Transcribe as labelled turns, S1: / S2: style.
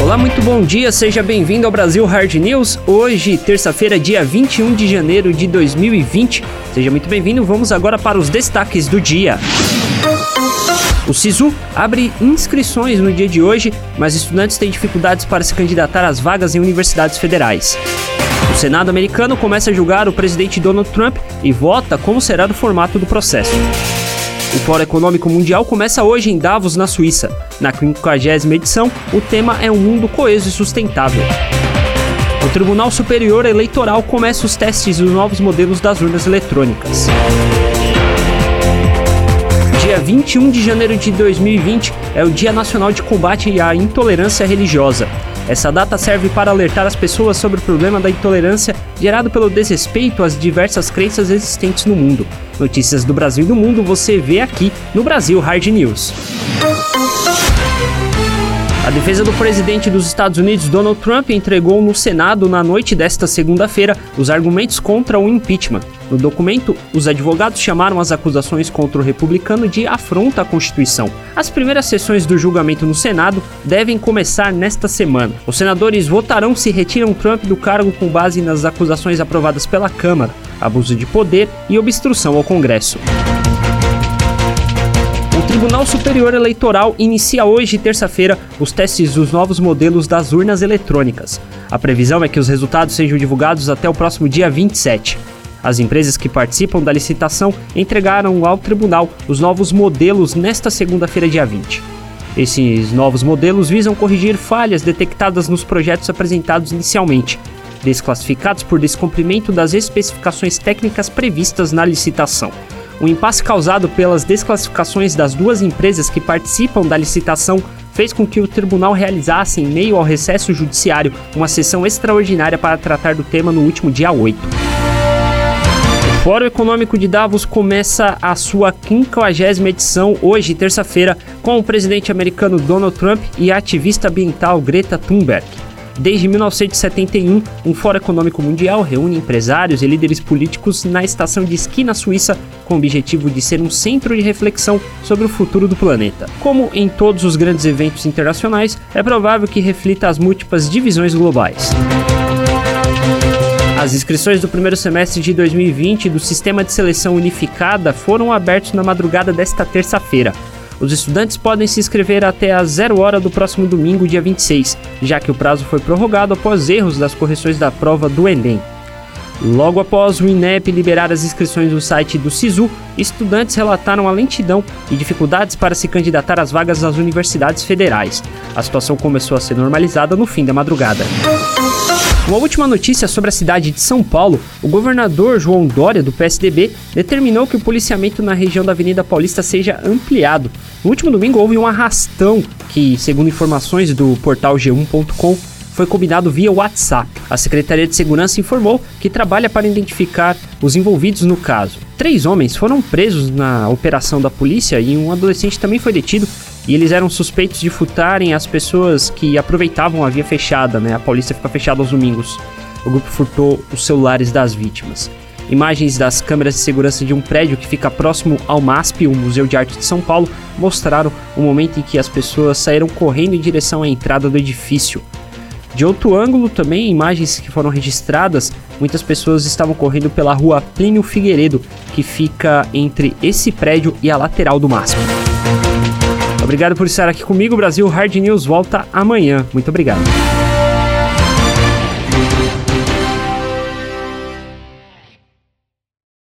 S1: Olá, muito bom dia, seja bem-vindo ao Brasil Hard News. Hoje, terça-feira, dia 21 de janeiro de 2020. Seja muito bem-vindo, vamos agora para os destaques do dia. O SISU abre inscrições no dia de hoje, mas estudantes têm dificuldades para se candidatar às vagas em universidades federais. O Senado americano começa a julgar o presidente Donald Trump e vota como será o formato do processo. O Fórum Econômico Mundial começa hoje em Davos, na Suíça. Na 50ª edição, o tema é um mundo coeso e sustentável. O Tribunal Superior Eleitoral começa os testes dos novos modelos das urnas eletrônicas. Dia 21 de janeiro de 2020 é o Dia Nacional de Combate à Intolerância Religiosa. Essa data serve para alertar as pessoas sobre o problema da intolerância gerado pelo desrespeito às diversas crenças existentes no mundo. Notícias do Brasil e do mundo você vê aqui no Brasil Hard News. A defesa do presidente dos Estados Unidos, Donald Trump, entregou no Senado na noite desta segunda-feira os argumentos contra o impeachment. No documento, os advogados chamaram as acusações contra o republicano de afronta à Constituição. As primeiras sessões do julgamento no Senado devem começar nesta semana. Os senadores votarão se retiram Trump do cargo com base nas acusações aprovadas pela Câmara, abuso de poder e obstrução ao Congresso. O Tribunal Superior Eleitoral inicia hoje, terça-feira, os testes dos novos modelos das urnas eletrônicas. A previsão é que os resultados sejam divulgados até o próximo dia 27. As empresas que participam da licitação entregaram ao tribunal os novos modelos nesta segunda-feira, dia 20. Esses novos modelos visam corrigir falhas detectadas nos projetos apresentados inicialmente, desclassificados por descumprimento das especificações técnicas previstas na licitação. O impasse causado pelas desclassificações das duas empresas que participam da licitação fez com que o tribunal realizasse, em meio ao recesso judiciário, uma sessão extraordinária para tratar do tema no último dia 8. O Fórum Econômico de Davos começa a sua 50ª edição hoje, terça-feira, com o presidente americano Donald Trump e a ativista ambiental Greta Thunberg. Desde 1971, um Fórum Econômico Mundial reúne empresários e líderes políticos na estação de esqui na Suíça, com o objetivo de ser um centro de reflexão sobre o futuro do planeta. Como em todos os grandes eventos internacionais, é provável que reflita as múltiplas divisões globais. As inscrições do primeiro semestre de 2020 do Sistema de Seleção Unificada foram abertas na madrugada desta terça-feira. Os estudantes podem se inscrever até às 0h do próximo domingo, dia 26, já que o prazo foi prorrogado após erros das correções da prova do Enem. Logo após o INEP liberar as inscrições no site do SISU, estudantes relataram a lentidão e dificuldades para se candidatar às vagas das universidades federais. A situação começou a ser normalizada no fim da madrugada. Uma última notícia sobre a cidade de São Paulo: o governador João Dória, do PSDB, determinou que o policiamento na região da Avenida Paulista seja ampliado. No último domingo houve um arrastão que, segundo informações do portal G1.com, foi combinado via WhatsApp. A Secretaria de Segurança informou que trabalha para identificar os envolvidos no caso. 3 homens foram presos na operação da polícia e um adolescente também foi detido, e eles eram suspeitos de furtarem as pessoas que aproveitavam a via fechada, A Paulista fica fechada aos domingos. O grupo furtou os celulares das vítimas. Imagens das câmeras de segurança de um prédio que fica próximo ao MASP, o Museu de Arte de São Paulo, mostraram o momento em que as pessoas saíram correndo em direção à entrada do edifício. De outro ângulo, também, imagens que foram registradas, muitas pessoas estavam correndo pela rua Plínio Figueiredo, que fica entre esse prédio e a lateral do MASP. Obrigado por estar aqui comigo. O Brasil Hard News volta amanhã. Muito obrigado.